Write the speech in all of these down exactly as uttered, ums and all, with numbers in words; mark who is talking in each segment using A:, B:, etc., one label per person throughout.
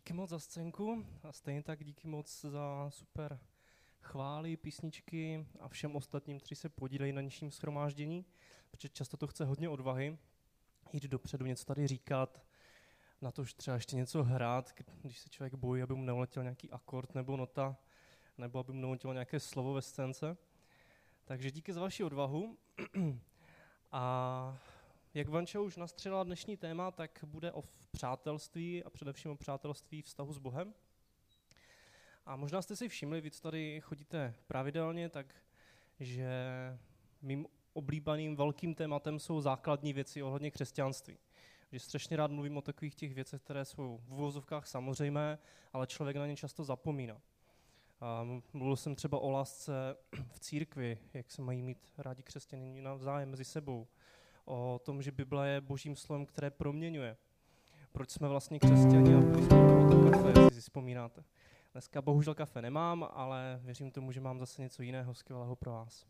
A: díky moc za scénku a stejně tak díky moc za super chvály, písničky a všem ostatním, kteří se podílejí na dnešním shromáždění, protože často to chce hodně odvahy, jít dopředu, něco tady říkat, na to, že třeba ještě něco hrát, když se člověk bojí, aby mu neuletěl nějaký akord nebo nota, nebo aby mu neuletělo nějaké slovo ve scénce. Takže díky za vaši odvahu. A jak Vanča už nastřelila dnešní téma, tak bude o přátelství a především o přátelství vztahu s Bohem. A možná jste si všimli, vy co tady chodíte pravidelně, tak že mým oblíbeným velkým tématem jsou základní věci ohledně křesťanství. Že strašně rád mluvím o takových těch věcech, které jsou v uvozovkách samozřejmé, ale člověk na ně často zapomíná. A mluvil jsem třeba o lásce v církvi, jak se mají mít rádi křesťané navzájem mezi sebou. O tom, že Bible je božím slovem, které proměňuje. Proč jsme vlastně křesťané a byli jsme to kafe, jestli si vzpomínáte. Dneska bohužel kafe nemám, ale věřím tomu, že mám zase něco jiného skvělého pro vás.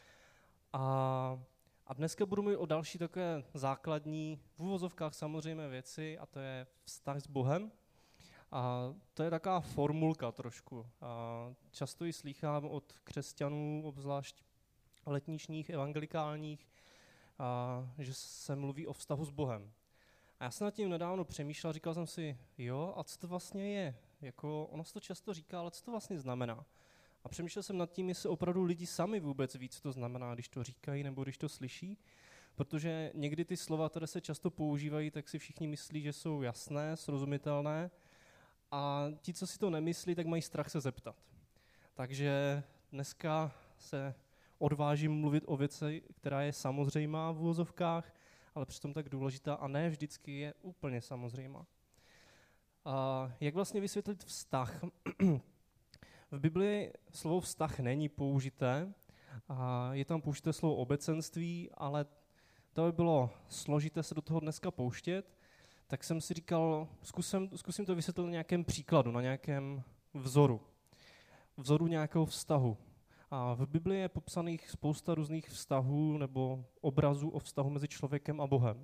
A: A, a dneska budu mluvit o další takové základní, v uvozovkách samozřejmě věci, a to je vztah s Bohem. A to je taková formulka trošku. A často ji slýchám od křesťanů, obzvlášť letničních, evangelikálních, a že se mluví o vztahu s Bohem. A já jsem nad tím nedávno přemýšlel, říkal jsem si, jo, a co to vlastně je? Jako, ono se to často říká, ale co to vlastně znamená? A přemýšlel jsem nad tím, jestli opravdu lidi sami vůbec ví, co to znamená, když to říkají nebo když to slyší. Protože někdy ty slova, které se často používají, tak si všichni myslí, že jsou jasné, srozumitelné. A ti, co si to nemyslí, tak mají strach se zeptat. Takže dneska se odvážím mluvit o věci, která je samozřejmá v uvozovkách, ale přitom tak důležitá a ne vždycky je úplně samozřejmá. A jak vlastně vysvětlit vztah? V Biblii slovo vztah není použité, a je tam použité slovo obecenství, ale to by bylo složité se do toho dneska pouštět, tak jsem si říkal, zkusím, zkusím to vysvětlit na nějakém příkladu, na nějakém vzoru. Vzoru nějakého vztahu. A v Biblii je popsaných spousta různých vztahů nebo obrazů o vztahu mezi člověkem a Bohem.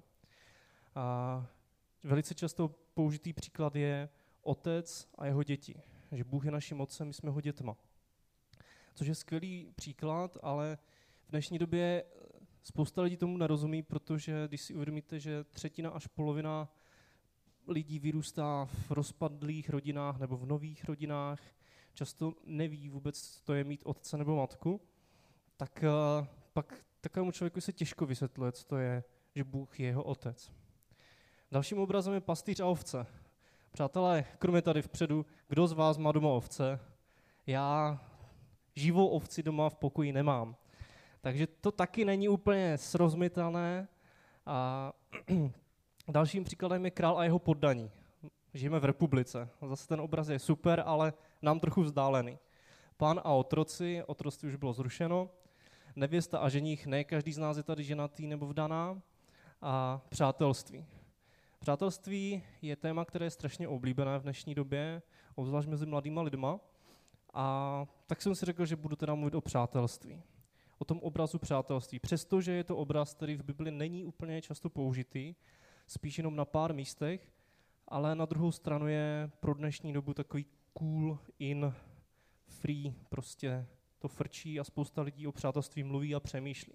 A: A velice často použitý příklad je otec a jeho děti. Že Bůh je naším otcem, my jsme jeho dětma. Což je skvělý příklad, ale v dnešní době spousta lidí tomu nerozumí, protože když si uvědomíte, že třetina až polovina lidí vyrůstá v rozpadlých rodinách nebo v nových rodinách, často neví vůbec, co to je mít otce nebo matku, tak uh, pak takovému člověku se těžko vysvětluje, co to je, že Bůh je jeho otec. Dalším obrazem je pastýř a ovce. Přátelé, kromě tady vpředu, kdo z vás má doma ovce? Já živou ovci doma v pokoji nemám. Takže to taky není úplně srozumitelné. A dalším příkladem je král a jeho poddaní. Žijeme v republice. Zase ten obraz je super, ale nám trochu vzdálený. Pán a otroci, otroctví už bylo zrušeno. Nevěsta a ženích, ne každý z nás je tady ženatý nebo vdaná. A přátelství. Přátelství je téma, které je strašně oblíbené v dnešní době, obzvlášť mezi mladýma lidma. A tak jsem si řekl, že budu teda mluvit o přátelství. O tom obrazu přátelství. Přestože je to obraz, který v Bibli není úplně často použitý, spíš jenom na pár místech, ale na druhou stranu je pro dnešní dobu takový cool, in, free, prostě to frčí a spousta lidí o přátelství mluví a přemýšlí.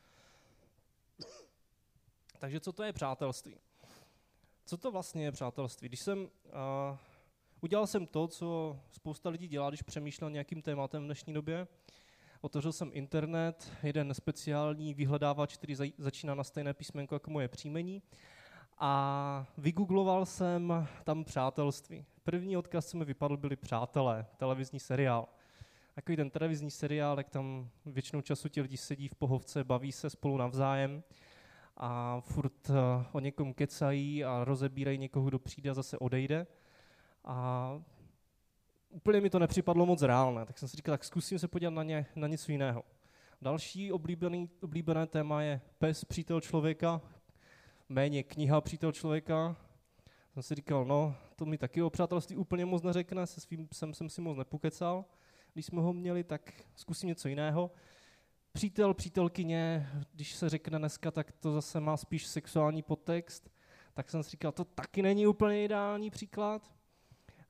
A: Takže co to je přátelství? Co to vlastně je přátelství? Když jsem, uh, udělal jsem to, co spousta lidí dělá, když přemýšlel nějakým tématem v dnešní době. Otevřel jsem internet, jeden speciální vyhledávač, který za, začíná na stejné písmenko jako moje příjmení. A vygoogloval jsem tam přátelství. První odkaz, co mi vypadl, byli Přátelé, televizní seriál. Takový ten televizní seriál, jak tam většinou času ti lidi sedí v pohovce, baví se spolu navzájem a furt uh, o někom kecají a rozebírají někoho, kdo přijde a zase odejde. A úplně mi to nepřipadlo moc reálné, tak jsem si říkal, tak zkusím se podívat na, ně, na něco jiného. Další oblíbený, oblíbené téma je pes, přítel člověka, méně kniha Přítel člověka. Jsem si říkal, no, to mi taky o přátelství úplně moc neřekne, se svým psem jsem si moc nepokecal. Když jsme ho měli, tak zkusím něco jiného. Přítel, přítelkyně, když se řekne dneska, tak to zase má spíš sexuální podtext. Tak jsem si říkal, to taky není úplně ideální příklad.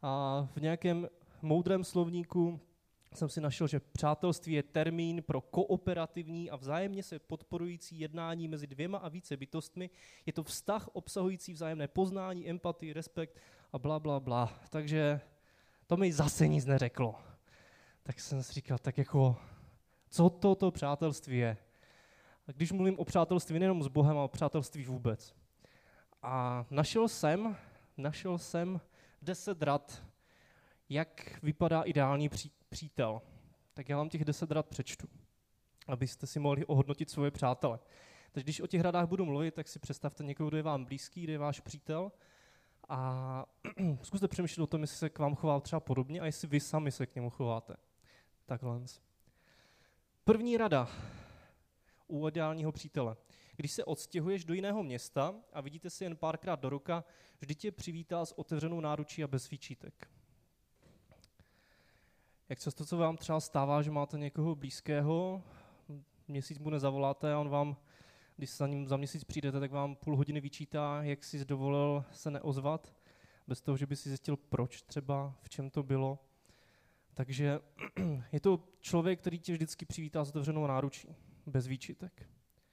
A: A v nějakém moudrém slovníku jsem si našel, že přátelství je termín pro kooperativní a vzájemně se podporující jednání mezi dvěma a více bytostmi. Je to vztah obsahující vzájemné poznání, empatii, respekt a bla, bla, bla. Takže to mi zase nic neřeklo. Tak jsem si říkal, tak jako, co toto přátelství je? A když mluvím o přátelství nejenom s Bohem, ale o přátelství vůbec. A našel jsem, našel jsem deset rad, jak vypadá ideální pří, přítel. Tak já vám těch deset rad přečtu, abyste si mohli ohodnotit svoje přátele. Takže když o těch radách budu mluvit, tak si představte někoho, kdo je vám blízký, kdo je váš přítel a zkuste přemýšlet o tom, jestli se k vám chová třeba podobně a jestli vy sami se k němu chováte. Takhle. První rada u ideálního přítele. Když se odstěhuješ do jiného města a vidíte si jen párkrát do roka, vždy tě přivítá s otevřenou náručí a bez výčitek. Jak často se vám třeba stává, že máte někoho blízkého, měsíc mu nezavoláte a on vám, když za ním za měsíc přijdete, tak vám půl hodiny vyčítá, jak jsi dovolil se neozvat, bez toho, že by si zjistil, proč třeba, v čem to bylo. Takže je to člověk, který tě vždycky přivítá s otevřenou náručí, bez výčitek.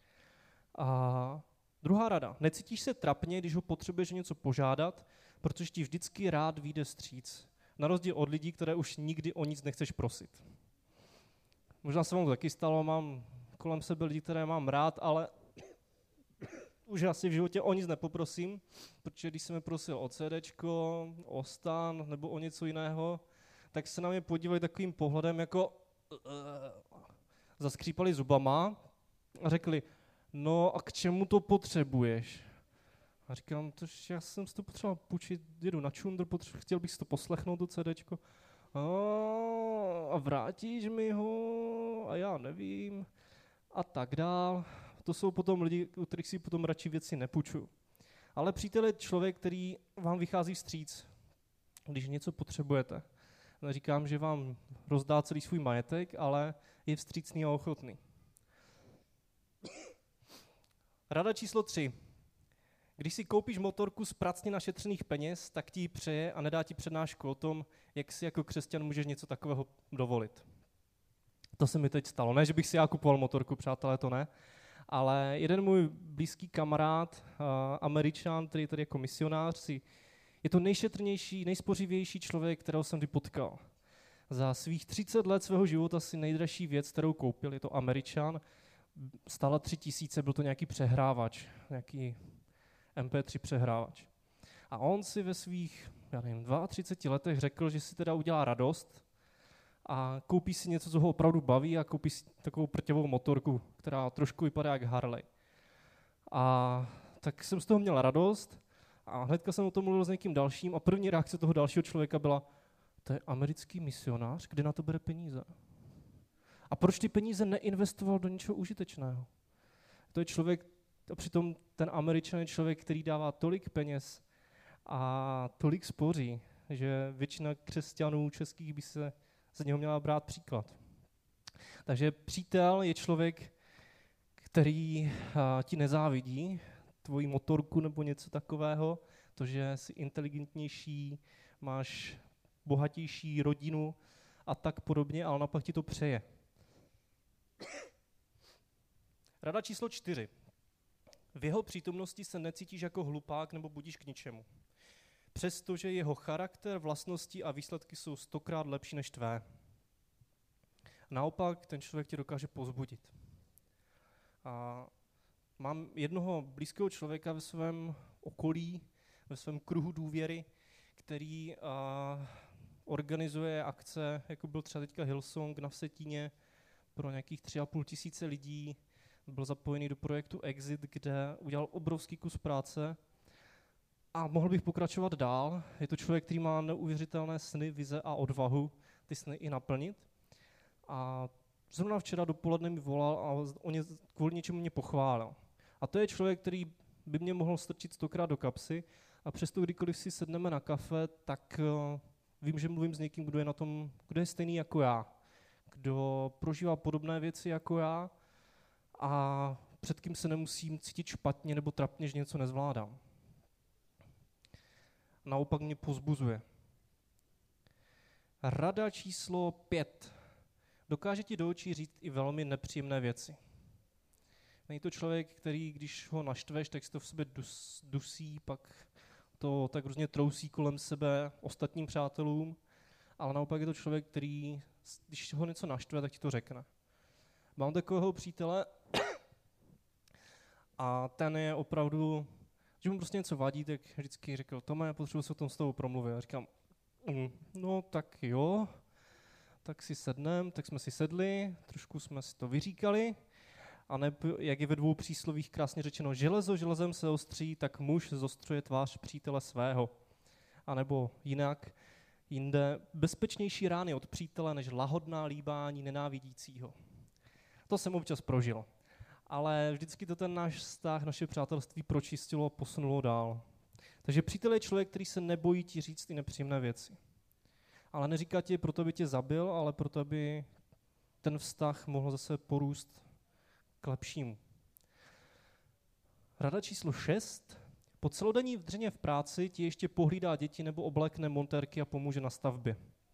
A: A druhá rada. Necítíš se trapně, když ho potřebuješ něco požádat, protože ti vždycky rád vyjde vstříc. Na rozdíl od lidí, které už nikdy o nic nechceš prosit. Možná se vám to taky stalo, mám kolem sebe lidi, které mám rád, ale už asi v životě o nic nepoprosím, protože když jsem je prosil o CDčko, o stan nebo o něco jiného, tak se na mě podívali takovým pohledem, jako uh, zaskřípali zubama a řekli, no a k čemu to potřebuješ? A říkám, to, já jsem si to potřeboval půjčit, jedu na čundr, potřeba, chtěl bych si to poslechnout, to CDčko. A, a vrátíš mi ho? A já nevím. A tak dál. To jsou potom lidi, u kterých si potom radši věci nepůjčuju. Ale přítel je člověk, který vám vychází vstříc, když něco potřebujete. Neříkám, že vám rozdá celý svůj majetek, ale je vstřícný a ochotný. Rada číslo tři. Když si koupíš motorku z pracně našetřených peněz, tak ti ji přeje a nedá ti přednášku o tom, jak si jako křesťan můžeš něco takového dovolit. To se mi teď stalo. Ne, že bych si já kupoval motorku, přátelé, to ne. Ale jeden můj blízký kamarád, uh, Američan, který je tady jako misionář, si, je to nejšetrnější, nejspořivější člověk, kterého jsem kdy potkal. Za svých třicet let svého života si nejdražší věc, kterou koupil, je to Američan, stála tři tisíce, byl to nějaký přehrávač, nějaký em pé tři přehrávač. A on si ve svých, já nevím, třiceti dvou letech řekl, že si teda udělá radost a koupí si něco, co ho opravdu baví a koupí si takovou prťavou motorku, která trošku vypadá jak Harley. A tak jsem z toho měl radost a hnedka jsem o tom mluvil s někým dalším a první reakce toho dalšího člověka byla, to je americký misionář, kde na to bere peníze? A proč ty peníze neinvestoval do něčeho užitečného? To je člověk, a přitom ten Američan je člověk, který dává tolik peněz a tolik spoří, že většina křesťanů českých by se z něho měla brát příklad. Takže přítel je člověk, který a, ti nezávidí, tvoji motorku nebo něco takového, to, že jsi inteligentnější, máš bohatější rodinu a tak podobně, ale napak ti to přeje. Rada číslo čtyři. V jeho přítomnosti se necítíš jako hlupák nebo budíš k ničemu. Přestože jeho charakter, vlastnosti a výsledky jsou stokrát lepší než tvé. Naopak ten člověk tě dokáže povzbudit. A mám jednoho blízkého člověka ve svém okolí, ve svém kruhu důvěry, který a, organizuje akce, jako byl třeba teďka Hillsong na Vsetíně, pro nějakých tři a půl tisíce lidí, byl zapojený do projektu Exit, kde udělal obrovský kus práce a mohl bych pokračovat dál. Je to člověk, který má neuvěřitelné sny, vize a odvahu ty sny i naplnit. A zrovna včera dopoledne mi volal a on je, kvůli něčemu mě pochválil. A to je člověk, který by mě mohl strčit stokrát do kapsy a přesto kdykoliv si sedneme na kafe, tak uh, vím, že mluvím s někým, kdo je na tom, kdo je stejný jako já, kdo prožívá podobné věci jako já a před kým se nemusím cítit špatně nebo trapně, že něco nezvládám. Naopak mě povzbuzuje. Rada číslo pět. Dokáže ti do očí říct i velmi nepříjemné věci. Není to člověk, který, když ho naštveš, tak si to v sobě dus, dusí, pak to tak různě trousí kolem sebe ostatním přátelům, ale naopak je to člověk, který, když ho něco naštve, tak ti to řekne. Mám takového přítele a ten je opravdu, když mu prostě něco vadí, tak vždycky řekl, Tome, potřebuji se o tom s tebou promluvit. A říkám, mm, no tak jo, tak si sednem, tak jsme si sedli, trošku jsme si to vyříkali, a ne, jak je ve dvou příslovích krásně řečeno, železo železem se ostří, tak muž zostřuje tvář přítele svého. A nebo jinak, jinde, bezpečnější rány od přítele, než lahodná líbání nenávidícího. To jsem občas prožil. Ale vždycky to ten náš vztah, naše přátelství pročistilo a posunulo dál. Takže přítel je člověk, který se nebojí ti říct ty nepříjemné věci. Ale neříká ti proto, aby tě zabil, ale proto, aby ten vztah mohl zase porůst k lepšímu. Rada číslo šest. Po celodenní vdřeně v práci ti ještě pohlídá děti nebo oblekne montérky a pomůže na stavbě.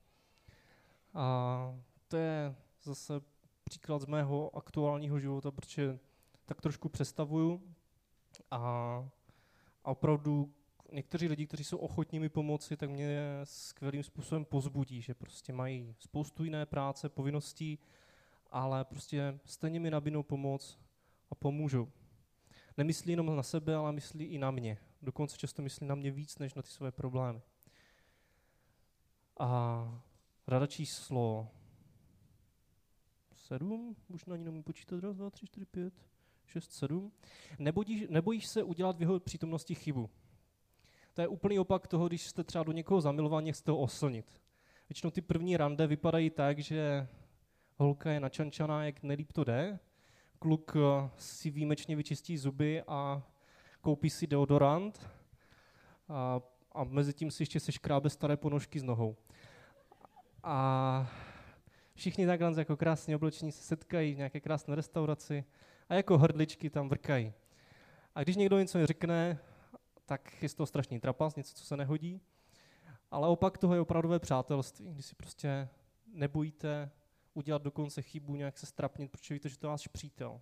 A: A to je zase příklad z mého aktuálního života, protože tak trošku přestavuju a, a opravdu někteří lidi, kteří jsou ochotní mi pomoci, tak mě skvělým způsobem pozbudí, že prostě mají spoustu jiné práce, povinností, ale prostě stejně mi nabídnou pomoc a pomůžou. Nemyslí jenom na sebe, ale myslí i na mě. Dokonce často myslí na mě víc, než na ty své problémy. A rada číslo sedm, už na ní nemůžu počítat, raz, dva, tři, čtyři, pět, šest, sedm. Nebojíš, nebojíš se udělat v jeho přítomnosti chybu. To je úplný opak toho, když jste třeba do někoho zamilovaní, chcete ho oslnit. Většinou ty první rande vypadají tak, že holka je načančaná, jak nelíp to jde, kluk si výjimečně vyčistí zuby a koupí si deodorant a, a mezi tím si ještě seškrábe staré ponožky s nohou. A všichni takhle jako krásně oblečení se setkají v nějaké krásné restauraci a jako hrdličky tam vrkají. A když někdo něco řekne, tak je z toho strašný trapas, něco, co se nehodí. Ale opak toho je opravdové přátelství, kdy si prostě nebojíte udělat dokonce chybu, nějak se strapnit, protože víte, že to je váš přítel.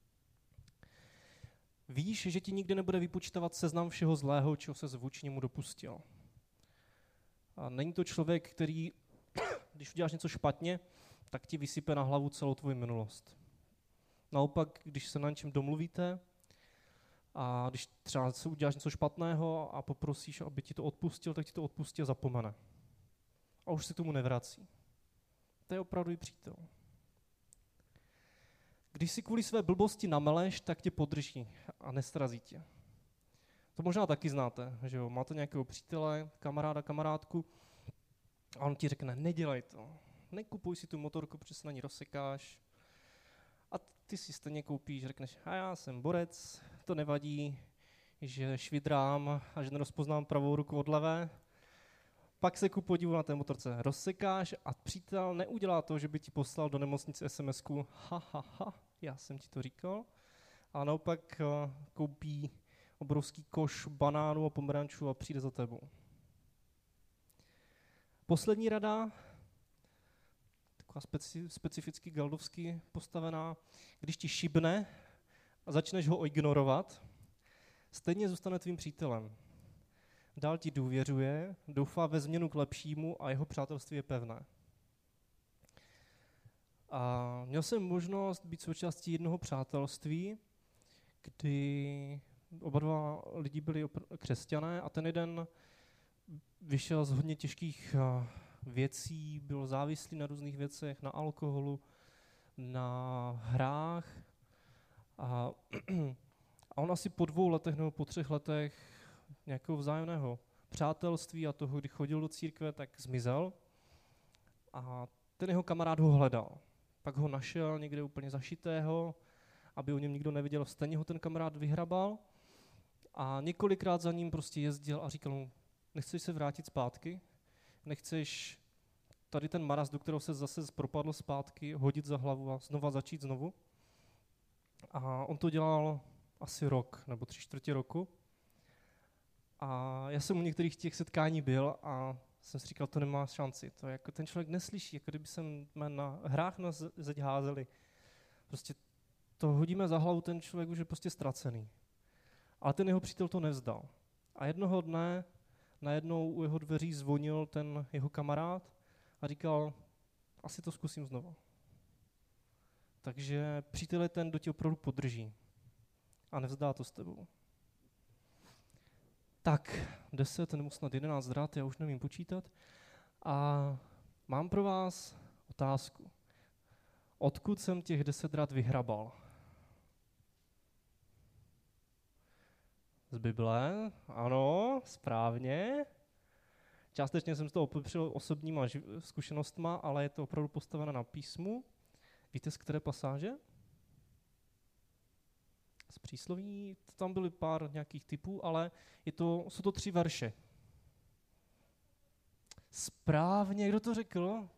A: Víš, že ti nikdy nebude vypočítávat seznam všeho zlého, čeho se vůči němu dopustil. A není to člověk, který, když uděláš něco špatně, tak ti vysype na hlavu celou tvoji minulost. Naopak, když se na něčem domluvíte a když třeba se uděláš něco špatného a poprosíš, aby ti to odpustil, tak ti to odpustí a zapomene. A už se k tomu nevrací. To je opravdu i přítel. Když si kvůli své blbosti nameleš, tak tě podrží a nestrazí tě. To možná taky znáte, že jo? Máte nějakého přítele, kamaráda, kamarádku a on ti řekne, nedělej to, nekupuj si tu motorku, protože se na ní rozsekáš. A ty si stejně koupíš, řekneš, a já jsem borec, to nevadí, že švidrám a že nerozpoznám pravou ruku od levé. Pak se ku podivu na té motorce rozsekáš a přítel neudělá to, že by ti poslal do nemocnice es em esku, ha, ha, ha, já jsem ti to říkal. A naopak uh, koupí obrovský koš banánů a pomerančů a přijde za tebou. Poslední rada, taková speci- specificky galdovsky postavená, když ti šibne a začneš ho ignorovat, stejně zůstane tvým přítelem. Dál ti důvěřuje, doufá ve změnu k lepšímu a jeho přátelství je pevné. A měl jsem možnost být součástí jednoho přátelství, kdy oba dva lidi byli opr- křesťané a ten jeden vyšel z hodně těžkých věcí, byl závislý na různých věcech, na alkoholu, na hrách. A, a on asi po dvou letech nebo po třech letech nějakého vzájemného přátelství a toho, kdy chodil do církve, tak zmizel. A ten jeho kamarád ho hledal. Pak ho našel někde úplně zašitého, aby o něm nikdo nevěděl, stejně ho ten kamarád vyhrabal. A několikrát za ním prostě jezdil a říkal mu, nechceš se vrátit zpátky? Nechceš tady ten maraz, do kterého se zase propadl zpátky, hodit za hlavu a znova začít znovu? A on to dělal asi rok nebo tři čtvrtě roku. A já jsem u některých těch setkání byl a jsem si říkal, to nemá šanci. To jako ten člověk neslyší, jako kdyby jsme na hrách na zeď házeli. Prostě to hodíme za hlavu, ten člověk už je prostě ztracený. Ale ten jeho přítel to nevzdal. A jednoho dne najednou u jeho dveří zvonil ten jeho kamarád a říkal, asi to zkusím znovu. Takže přítel je ten, kdo tě opravdu podrží a nevzdá to s tebou. Tak, deset nebo snad jedenáct drát, já už nevím počítat. A mám pro vás otázku. Odkud jsem těch deset drát vyhrabal? Z Bible, ano, správně. Částečně jsem z toho popřel osobníma zkušenostma, ale je to opravdu postavené na písmu. Víte, z které pasáže? Z přísloví, tam byly pár nějakých typů, ale je to, jsou to tři verše. Správně, kdo to řekl?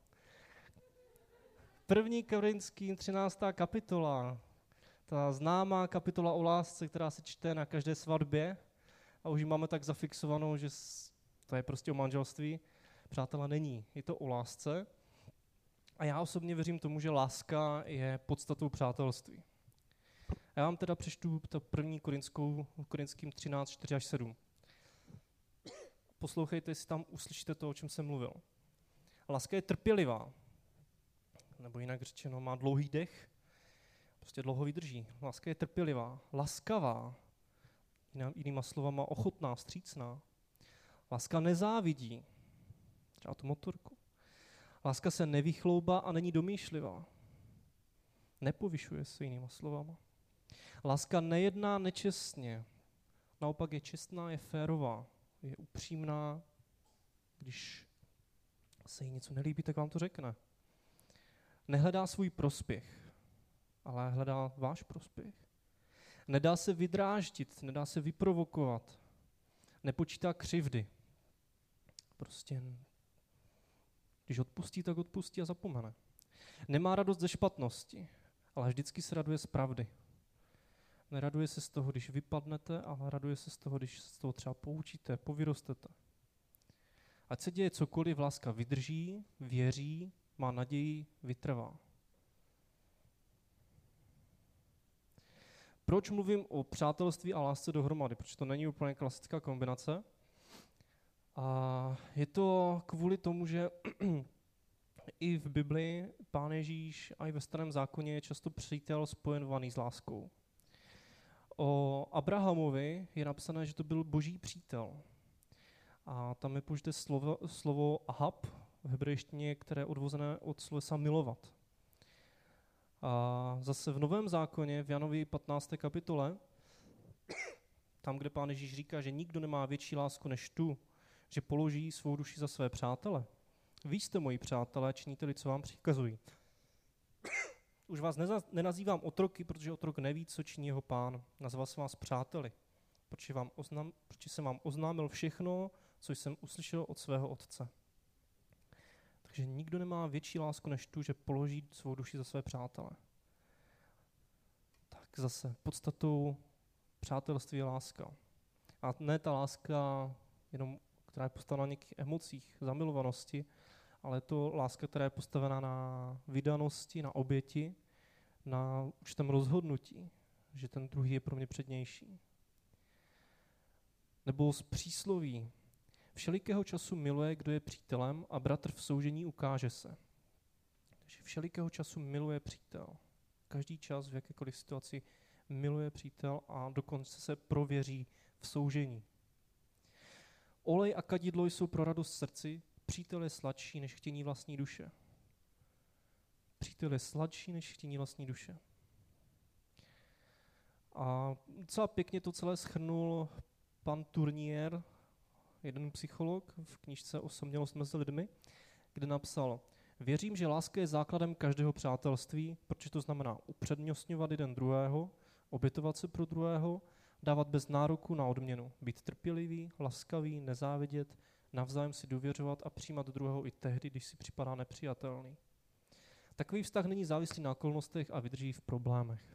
A: První Korinským třináctá kapitola. Ta známá kapitola o lásce, která se čte na každé svatbě a už ji máme tak zafixovanou, že to je prostě o manželství. Přátelé, není. Je to o lásce. A já osobně věřím tomu, že láska je podstatou přátelství. Já vám teda přečtu to první Korinskou, Korinským třináct, čtyři až sedm. Poslouchejte, jestli tam uslyšíte to, o čem jsem mluvil. Láska je trpělivá, nebo jinak řečeno, má dlouhý dech, prostě dlouho vydrží. Láska je trpělivá, laskavá, jinýma slovama ochotná, vstřícná. Láska nezávidí, třeba tu motorku. Láska se nevychloubá a není domýšlivá. Nepovyšuje se, jinýma slovama. Láska nejedná nečestně, naopak je čestná, je férová, je upřímná. Když se jí něco nelíbí, tak vám to řekne. Nehledá svůj prospěch, ale hledá váš prospěch. Nedá se vydráždit, nedá se vyprovokovat, nepočítá křivdy. Prostě, když odpustí, tak odpustí a zapomene. Nemá radost ze špatnosti, ale vždycky se raduje z pravdy. Neraduje se z toho, když vypadnete, ale raduje se z toho, když se z toho třeba poučíte, povyrostete. Ať se děje cokoliv, láska vydrží, věří, má naději, vytrvá. Proč mluvím o přátelství a lásce dohromady? Protože to není úplně klasická kombinace. A je to kvůli tomu, že i v Biblii Pán Ježíš a i ve Starém zákoně je často přítel spojenovaný s láskou. O Abrahamovi je napsané, že to byl boží přítel. A tam je použité slovo, slovo ahab v hebrejštině, které je odvozené od slovesa milovat. A zase v Novém zákoně, v Janovi patnácté kapitole, tam, kde Pán Ježíš říká, že nikdo nemá větší lásku než tu, že položí svou duši za své přátele. Vy jste moji přátelé, činíte-li, co vám přikazují. Už vás neza, nenazývám otroky, protože otrok neví, co činí jeho pán. Nazval jsem vás přáteli, protože, vám oznám, protože jsem vám oznámil všechno, co jsem uslyšel od svého otce. Takže nikdo nemá větší lásku než tu, že položí svou duši za své přátele. Tak zase podstatou přátelství je láska. A ne ta láska, jenom, která je postavena na nějakých emocích, zamilovanosti, ale je to láska, která je postavená na vydanosti, na oběti, na určitém rozhodnutí, že ten druhý je pro mě přednější. Nebo z přísloví. Všelikého času miluje, kdo je přítelem, a bratr v soužení ukáže se. Takže všelikého času miluje přítel. Každý čas v jakékoliv situaci miluje přítel a dokonce se prověří v soužení. Olej a kadidlo jsou pro radost srdci, přítel je sladší než chtění vlastní duše. Přítel je sladší než chtění vlastní duše. A docela pěkně to celé shrnul pan Tournier, jeden psycholog v knížce Osamělost mezi lidmi, kde napsal: Věřím, že láska je základem každého přátelství, protože to znamená upřednostňovat jeden druhého, obětovat se pro druhého, dávat bez nároku na odměnu, být trpělivý, laskavý, nezávidět, navzájem si důvěřovat a přijímat druhého i tehdy, když si připadá nepřijatelný. Takový vztah není závislý na okolnostech a vydrží v problémech.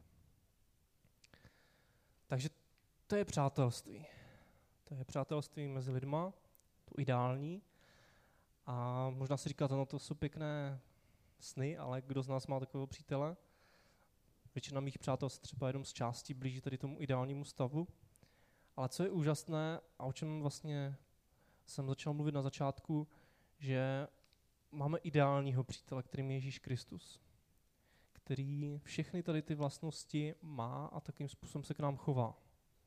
A: Takže to je přátelství. To je přátelství mezi lidma, to ideální. A možná si říkáte, no to jsou pěkné sny, ale kdo z nás má takového přítele? Většina mých přátel se třeba jenom z části blíží tady tomu ideálnímu stavu. Ale co je úžasné a o čem vlastně jsem začal mluvit na začátku, že máme ideálního přítele, kterým je Ježíš Kristus, který všechny tady ty vlastnosti má a takým způsobem se k nám chová.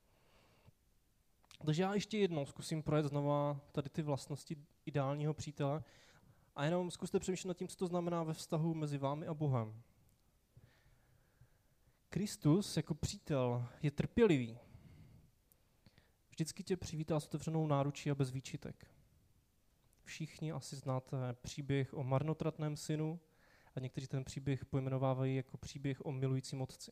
A: Takže já ještě jednou zkusím projet znova tady ty vlastnosti ideálního přítele a jenom zkuste přemýšlet nad tím, co to znamená ve vztahu mezi vámi a Bohem. Kristus jako přítel je trpělivý. Vždycky tě přivítá s otevřenou náručí a bez výčitek. Všichni asi znáte příběh o marnotratném synu a někteří ten příběh pojmenovávají jako příběh o milujícím otci.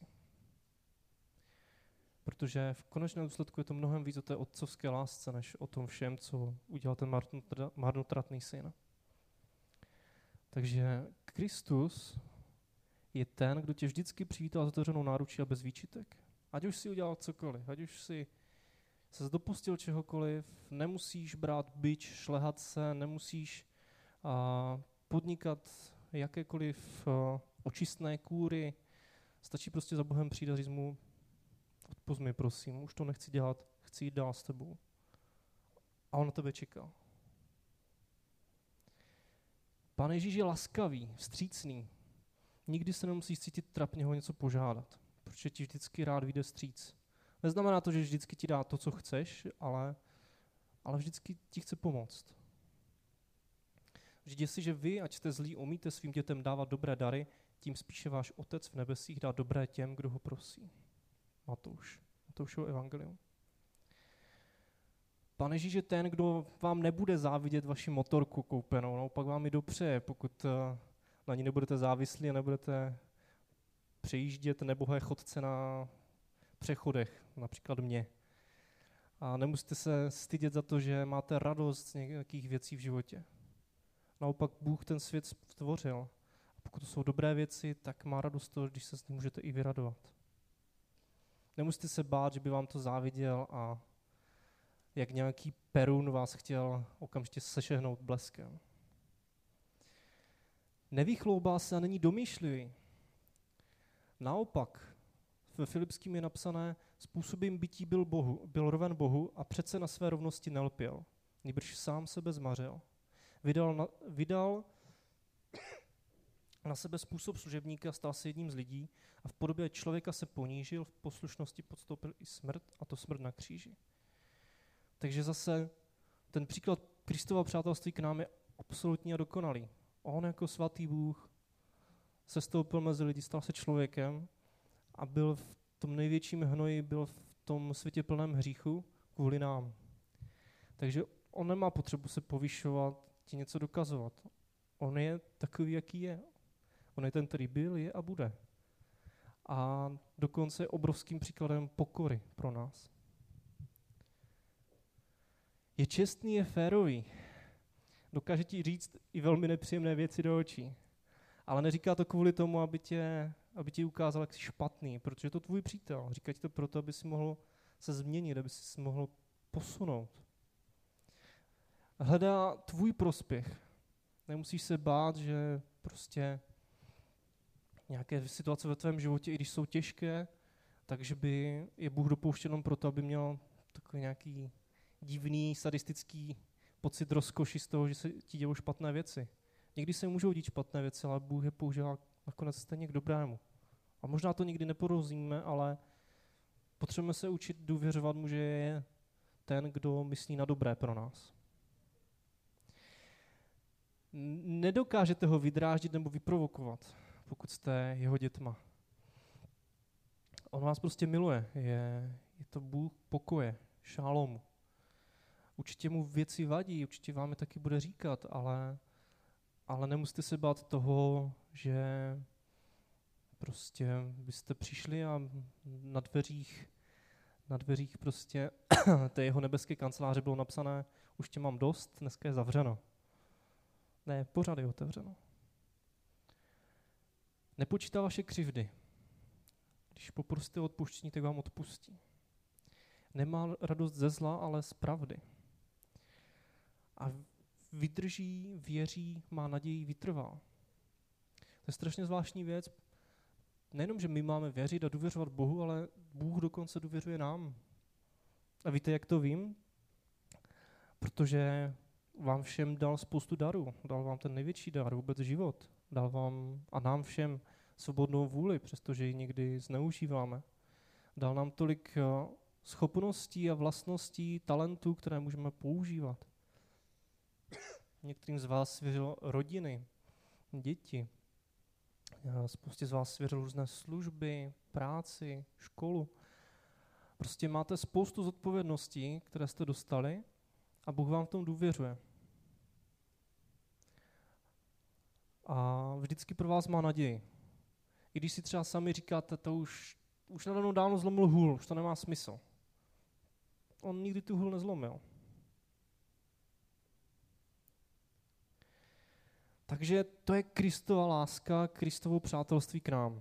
A: Protože v konečném důsledku je to mnohem víc o té otcovské lásce, než o tom všem, co udělal ten marnotratný syn. Takže Kristus je ten, kdo tě vždycky přivítal s otevřenou náručí a bez výčitek. Ať už si udělal cokoliv, ať už si se dopustil čehokoliv, nemusíš brát bič, šlehat se, nemusíš a, podnikat jakékoliv a, očistné kůry, stačí prostě za Bohem přijít a říct mu, odpusť mi prosím, už to nechci dělat, chci jít dál s tebou. A on na tebe čeká. Pán Ježíš je laskavý, vstřícný. Nikdy se nemusíš cítit trapně ho něco požádat, protože ti vždycky rád vyjde vstříc. Neznamená to, že vždycky ti dá to, co chceš, ale, ale vždycky ti chce pomoct. Vždyť jestliže vy, ať jste zlí, umíte svým dětem dávat dobré dary, tím spíše váš Otec v nebesích dá dobré těm, kdo ho prosí. Matouš, Matoušovo evangelium. Pán Ježíš je ten, kdo vám nebude závidět vaši motorku koupenou, naopak vám ji dopřeje, pokud na ní nebudete závislí a nebudete přejíždět nebohé chodce na přechodech, například mě. A nemusíte se stydět za to, že máte radost z nějakých věcí v životě. Naopak Bůh ten svět stvořil. A pokud to jsou dobré věci, tak má radost toho, když se s ním můžete i vyradovat. Nemusíte se bát, že by vám to záviděl a jak nějaký Perun vás chtěl okamžitě sešehnout bleskem. Nevychloubá se a není domýšlivý. Naopak, ve Filipským je napsané, způsobem bytí byl, Bohu, byl roven Bohu a přece na své rovnosti nelpěl, nýbrž sám sebe zmařil. Vydal na, vydal na sebe způsob služebníka, stal se jedním z lidí a v podobě člověka se ponížil, v poslušnosti podstoupil i smrt, a to smrt na kříži. Takže zase ten příklad Kristova přátelství k nám je absolutně a dokonalý. On jako svatý Bůh sestoupil mezi lidi, stal se člověkem a byl v tom největším hnoji, byl v tom světě plném hříchu kvůli nám. Takže on nemá potřebu se povyšovat, ti něco dokazovat. On je takový, jaký je. On je ten, který byl, je a bude. A dokonce je obrovským příkladem pokory pro nás. Je čestný, je férový. Dokáže ti říct i velmi nepříjemné věci do očí. Ale neříká to kvůli tomu, aby tě, aby ti ukázal, jak jsi špatný, protože je to tvůj přítel. Říká ti to proto, aby si mohl se změnit, aby si mohl posunout. Hledá tvůj prospěch. Nemusíš se bát, že prostě nějaké situace ve tvém životě, i když jsou těžké, takže by je Bůh dopouštěl jenom proto, aby měl takový nějaký divný, sadistický pocit rozkoši z toho, že se ti dělou špatné věci. Někdy se můžou dít špatné věci, ale Bůh je používá nakonec stejně k dobrému. A možná to nikdy neporozumíme, ale potřebujeme se učit důvěřovat mu, že je ten, kdo myslí na dobré pro nás. Nedokážete ho vydráždit nebo vyprovokovat, pokud jste jeho dětma. On vás prostě miluje. Je, je to Bůh pokoje, šálomu. Určitě mu věci vadí, určitě vám je taky bude říkat, ale, ale nemusíte se bát toho, že prostě byste přišli a na dveřích, na dveřích prostě té jeho nebeské kanceláře bylo napsané, už tě mám dost, dneska je zavřeno. Ne, pořád je otevřeno. Nepočítá vaše křivdy. Když poprosíte o odpuštění, tak vám odpustí. Nemá radost ze zla, ale z pravdy. A vydrží, věří, má naději, vytrvá. To je strašně zvláštní věc. Nejenom, že my máme věřit a důvěřovat Bohu, ale Bůh dokonce důvěřuje nám. A víte, jak to vím? Protože vám všem dal spoustu darů. Dal vám ten největší dar, vůbec život. Dal vám a nám všem svobodnou vůli, přestože ji někdy zneužíváme. Dal nám tolik schopností a vlastností, talentů, které můžeme používat. Některým z vás svěřil rodiny, děti. Spoustě z vás svěřil různé služby, práci, školu. Prostě máte spoustu zodpovědností, které jste dostali a Bůh vám v tom důvěřuje. A vždycky pro vás má naději. I když si třeba sami říkáte, to už, už nedávno dávno zlomil hůl, už to nemá smysl. On nikdy tu hůl nezlomil. Takže to je Kristova láska, Kristovo přátelství k nám.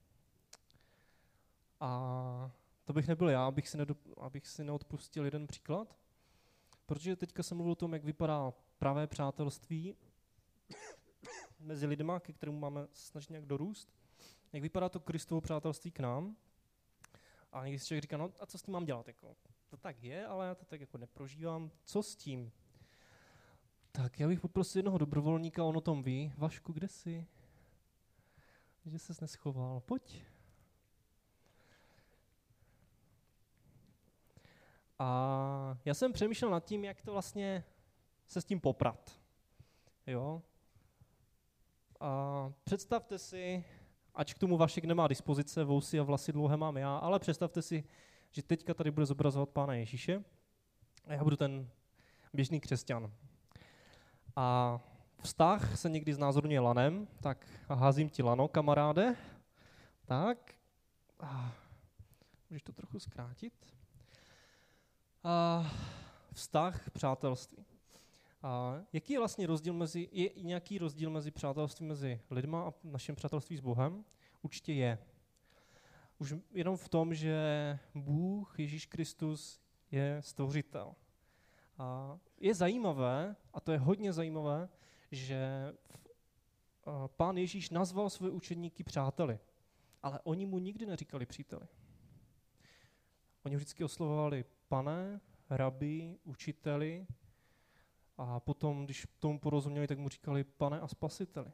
A: A to bych nebyl já, abych si, nedop, abych si neodpustil jeden příklad. Protože teďka jsem mluvil o tom, jak vypadá pravé přátelství mezi lidma, ke kterému máme snažit nějak dorůst. Jak vypadá to Kristovo přátelství k nám. A někdy si člověk říká, no a co s tím mám dělat? Jako, to tak je, ale já to tak jako neprožívám. Co s tím? Tak já bych poprosil jednoho dobrovolníka, on o tom ví. Vašku, kde jsi? Že ses neschoval. Pojď. A já jsem přemýšlel nad tím, jak to vlastně se s tím poprat. Jo? A představte si, ač k tomu Vašek nemá dispozice, vousy a vlasy dlouhé mám já, ale představte si, že teďka tady bude zobrazovat Pána Ježíše a já budu ten běžný křesťan. A vztah se někdy znázorňuje lanem, tak házím ti lano, kamaráde. Tak, a můžeš to trochu zkrátit. A vztah, přátelství. A jaký je vlastně rozdíl mezi, je nějaký rozdíl mezi přátelstvím mezi lidma a naším přátelství s Bohem? Určitě je. Už jenom v tom, že Bůh, Ježíš Kristus, je stvořitel. A je zajímavé, a to je hodně zajímavé, že Pán Ježíš nazval své učedníky přáteli, ale oni mu nikdy neříkali příteli. Oni vždycky oslovovali pane, rabi, učiteli a potom, když tomu porozuměli, tak mu říkali pane a spasiteli.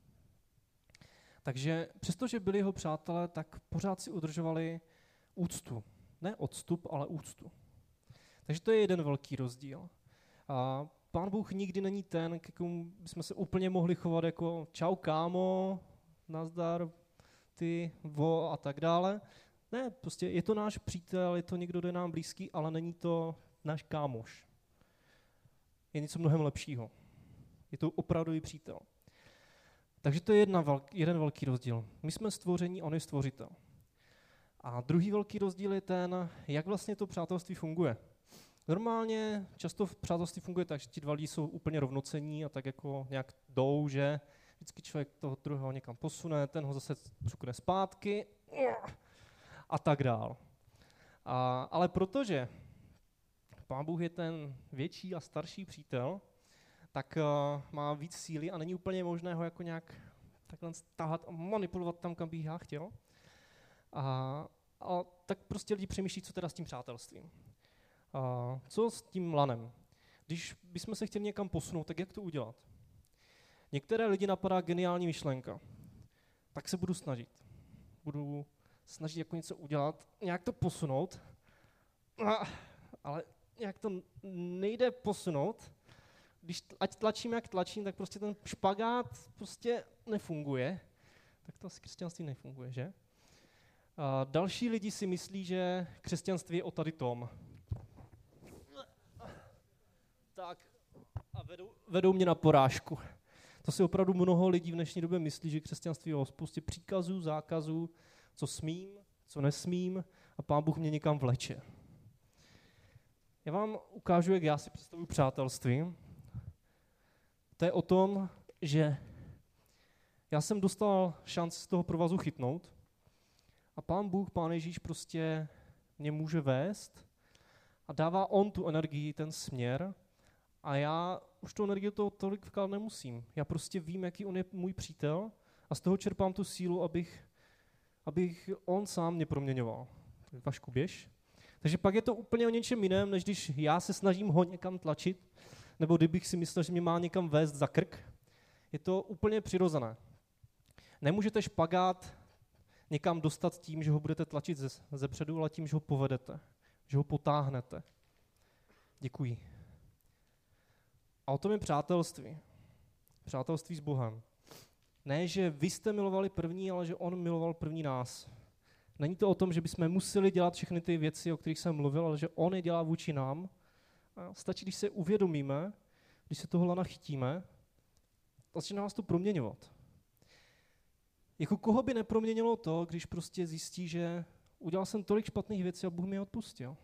A: Takže přestože byli jeho přátelé, tak pořád si udržovali úctu. Ne odstup, ale úctu. Takže to je jeden velký rozdíl. A Pán Bůh nikdy není ten, k komu bychom se úplně mohli chovat jako čau kámo, nazdar, ty, vo a tak dále. Ne, prostě je to náš přítel, je to někdo, kdo je nám blízký, ale není to náš kámoš. Je něco mnohem lepšího. Je to opravdový přítel. Takže to je jedna velký, jeden velký rozdíl. My jsme stvoření, on je stvořitel. A druhý velký rozdíl je ten, jak vlastně to přátelství funguje. Normálně často v přátelství funguje tak, že ti dva lidi jsou úplně rovnocení a tak jako nějak jdou, že vždycky člověk toho druhého někam posune, ten ho zase cukne zpátky a tak dál. A, ale protože Pán Bůh je ten větší a starší přítel, tak uh, má víc síly a není úplně možné ho jako nějak takhle tahat a manipulovat tam, kam bych já chtěl. A, a tak prostě lidi přemýšlí, co teda s tím přátelstvím. A co s tím lanem? Když bychom se chtěli někam posunout, tak jak to udělat? Některé lidi napadá geniální myšlenka. Tak se budu snažit. Budu snažit jako něco udělat, nějak to posunout, a, ale nějak to nejde posunout. Když ať tlačím, jak tlačím, tak prostě ten špagát prostě nefunguje. Tak to asi křesťanství nefunguje, že? A další lidi si myslí, že křesťanství je o tady tom. Tak a vedou, vedou mě na porážku. To si opravdu mnoho lidí v dnešní době myslí, že křesťanství je o spoustě příkazů, zákazů, co smím, co nesmím a Pán Bůh mě někam vleče. Já vám ukážu, jak já si představuji přátelství. To je o tom, že já jsem dostal šanci z toho provazu chytnout a Pán Bůh, Pán Ježíš prostě mě může vést a dává on tu energii, ten směr a já už tu energii toho tolik vkládat nemusím. Já prostě vím, jaký on je můj přítel a z toho čerpám tu sílu, abych, abych on sám mě proměňoval. Tak Vašku, běž. Takže pak je to úplně o něčem jiném, než když já se snažím ho někam tlačit, nebo kdybych si myslel, že mě má někam vést za krk. Je to úplně přirozené. Nemůžete špagát někam dostat tím, že ho budete tlačit ze, ze předu, ale tím, že ho povedete, že ho potáhnete. Děkuji. A o tom je přátelství. Přátelství s Bohem. Ne, že vy jste milovali první, ale že on miloval první nás. Není to o tom, že bychom museli dělat všechny ty věci, o kterých jsem mluvil, ale že on je dělá vůči nám. A stačí, když se uvědomíme, když se toho lana chytíme, začíná nás to proměňovat. Jako koho by neproměnilo to, když prostě zjistí, že udělal jsem tolik špatných věcí a Bůh mi je odpustil.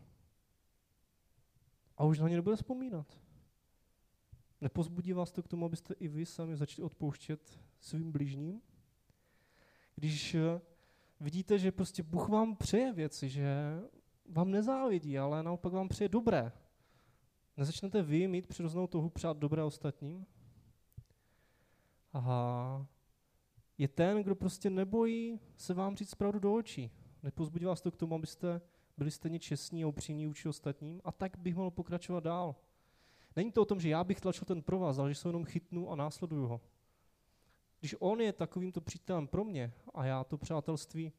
A: A už na ně nebude vzpomínat. Nepozbudí vás to k tomu, abyste i vy sami začali odpouštět svým bližním? Když vidíte, že prostě Bůh vám přeje věci, že vám nezávidí, ale naopak vám přeje dobré. Nezačnete vy mít přirozenou touhu přát dobré ostatním? Aha. Je ten, kdo prostě nebojí se vám říct pravdu do očí. Nepozbudí vás to k tomu, abyste byli stejně čestní a upřímní vůči ostatním. A tak bych mohl pokračovat dál. Není to o tom, že já bych tlačil ten provaz, ale že se jenom chytnu a následuju ho. Když on je takovýmto přítelem pro mě a já to přátelství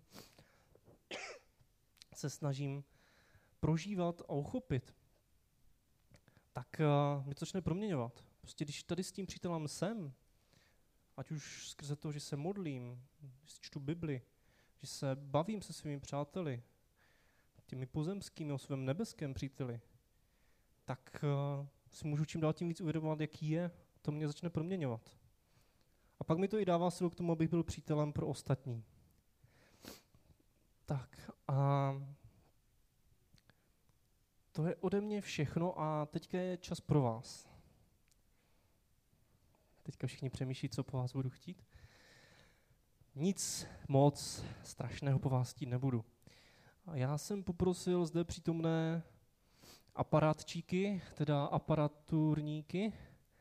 A: se snažím prožívat a uchopit, tak uh, mě to začne proměňovat. Prostě když tady s tím přítelem jsem, ať už skrze to, že se modlím, že si čtu Bibli, že se bavím se svými přáteli, těmi pozemskými o svém nebeském příteli, tak uh, si můžu čím dál tím víc uvědomovat, jaký je, to mě začne proměňovat. A pak mi to i dává silu k tomu, abych byl přítelem pro ostatní. Tak a to je ode mě všechno a teďka je čas pro vás. Teďka všichni přemýšlí, co po vás budu chtít. Nic moc strašného po vás chtít nebudu. A já jsem poprosil zde přítomné aparátčíky, teda aparaturníky,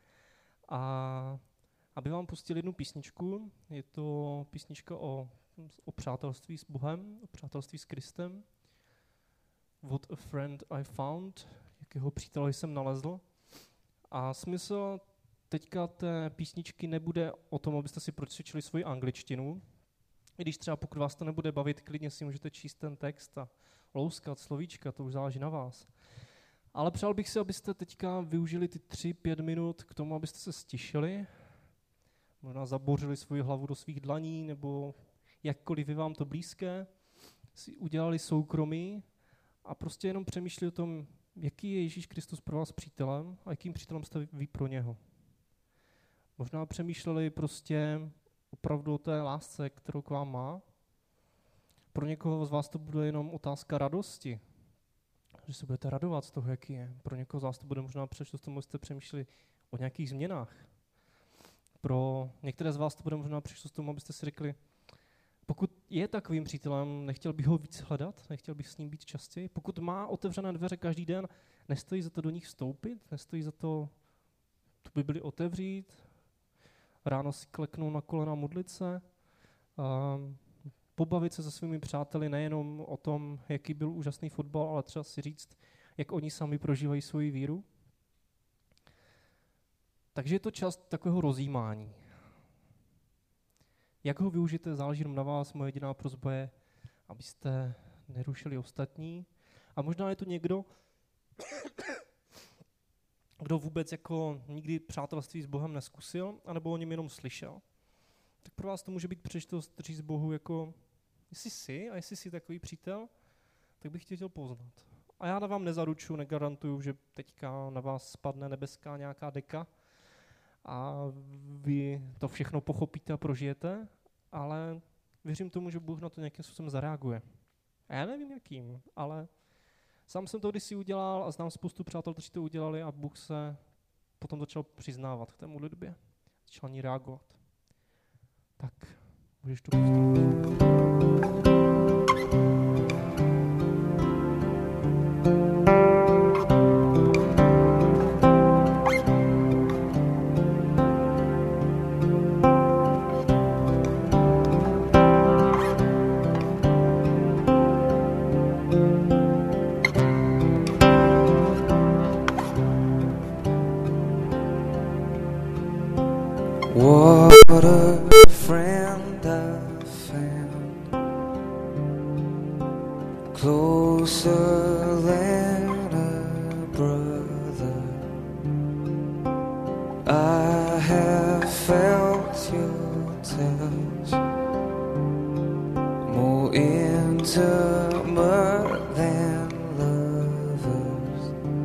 A: a aby vám pustili jednu písničku. Je to písnička o, o přátelství s Bohem, o přátelství s Kristem. What a friend I found, jakého přítele jsem nalezl. A smysl teďka té písničky nebude o tom, abyste si procvičili svoji angličtinu. I když třeba pokud vás to nebude bavit, klidně si můžete číst ten text a louskat slovíčka, to už záleží na vás. Ale přál bych si, abyste teďka využili ty tři, pět minut k tomu, abyste se stišili, možná zabořili svoji hlavu do svých dlaní, nebo jakkoliv je vám to blízké, si udělali soukromí a prostě jenom přemýšleli o tom, jaký je Ježíš Kristus pro vás přítelem a jakým přítelem jste vy pro něho. Možná přemýšleli prostě opravdu o té lásce, kterou k vám má. Pro někoho z vás to bude jenom otázka radosti, že se budete radovat z toho, jaký je. Pro někoho z vás to bude možná přečto z tomu, jste přemýšleli o nějakých změnách. Pro některé z vás to bude možná přečto z tomu, abyste si řekli, pokud je takovým přítelem, nechtěl bych ho víc hledat, nechtěl bych s ním být častěji. Pokud má otevřené dveře každý den, nestojí za to do nich vstoupit, nestojí za to tu Bibli otevřít, ráno si kleknout na kolena, modlit se, um, pobavit se se svými přáteli nejenom o tom, jaký byl úžasný fotbal, ale třeba si říct, jak oni sami prožívají svoji víru. Takže je to čas takového rozjímání. Jak ho využijete, záleží jenom na vás. Moje jediná prosba je, abyste nerušili ostatní. A možná je tu někdo, kdo vůbec jako nikdy přátelství s Bohem neskusil, anebo o něm jenom slyšel. Tak pro vás to může být příležitost říct Bohu jako, jestli jsi a jestli jsi takový přítel, tak bych tě chtěl poznat. A já na vám nezaručuji, negarantuju, že teďka na vás spadne nebeská nějaká deka a vy to všechno pochopíte a prožijete, ale věřím tomu, že Bůh na to nějakým způsobem zareaguje. A já nevím jakým, ale sám jsem to kdysi udělal a znám spoustu přátel, kteří to udělali a Bůh se potom začal přiznávat k té modlitbě. Začal ní reagovat. Tak, můžeš to pustit.
B: What a friend I found, closer than a brother. I have felt your touch, more intimate than lovers.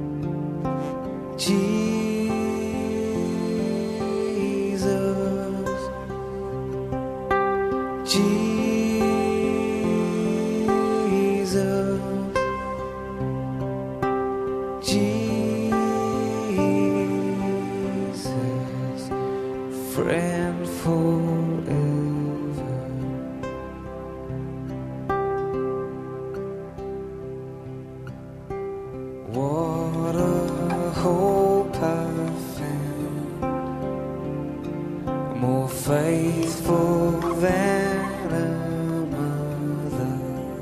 B: Jesus, Jesus, Jesus, friend forever. What a hope I found, more faithful than a mother.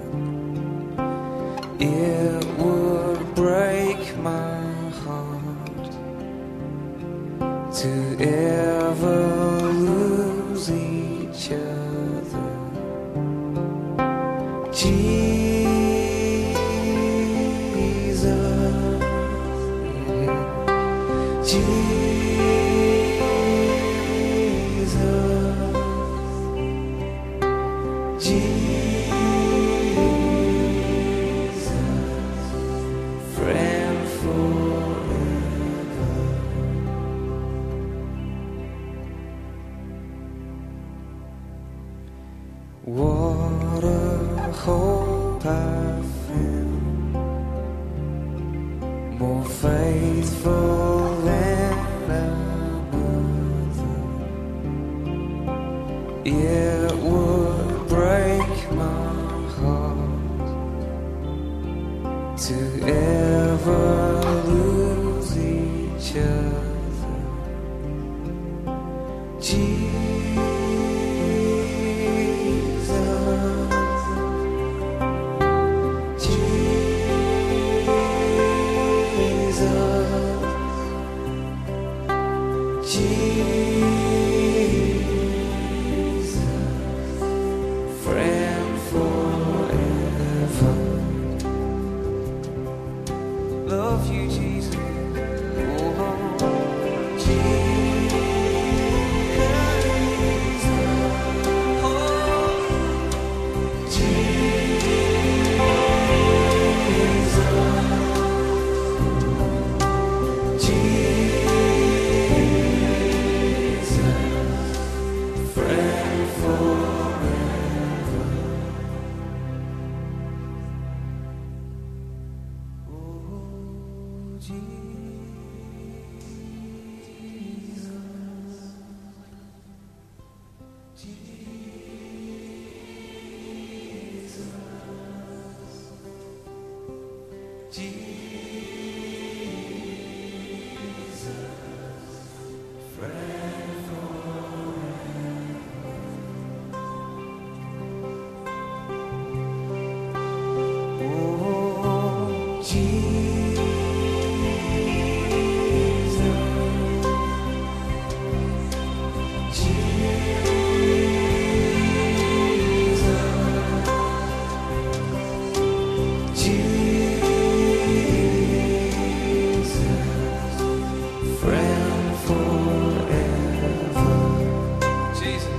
B: It would break my heart to ever lose each other. Jesus, Jesus, Jesus, friend forever. What a hope I found, more faithful than a mother. It would break my heart to ever lose each other. Friend forever. Love you, Jesus. Oh, Jesus. Oh, Jesus. Jesus. Friend forever. Oh, Jesus. Jesus. Jesus. Friend forever. Oh, Jesus, Jesus, Jesus, friend forever. Jesus.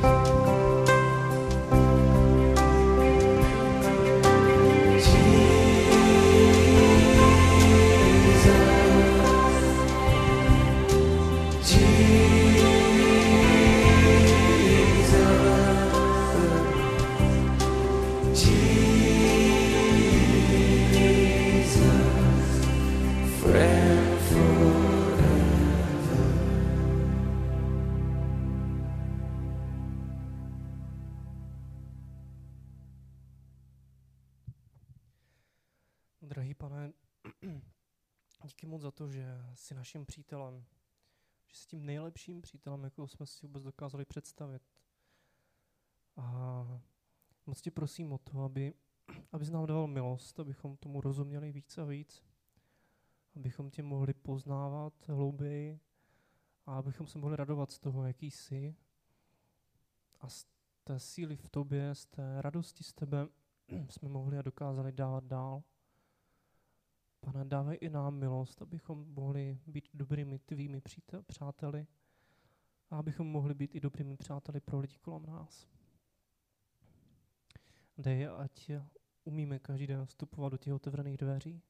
A: Drahý Pane, díky moc za to, že jsi naším přítelem, že jsi tím nejlepším přítelem, jakou jsme si vůbec dokázali představit. A moc tě prosím o to, aby, abys nám dal milost, abychom tomu rozuměli víc a víc, abychom tě mohli poznávat hlouběji A abychom se mohli radovat z toho, jaký jsi, a z té síly v tobě, z té radosti z tebe jsme mohli a dokázali dávat dál. Pane, dávej i nám milost, abychom mohli být dobrými tvými přítel, přáteli a abychom mohli být i dobrými přáteli pro lidi kolem nás. Dej, ať umíme každý den vstupovat do těch otevřených dveří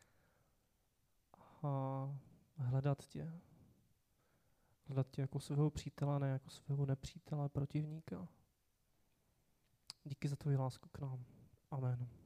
A: a hledat tě. Hledat tě jako svého přítele, ne jako svého nepřítele, protivníka. Díky za tvoji lásku k nám. Amen.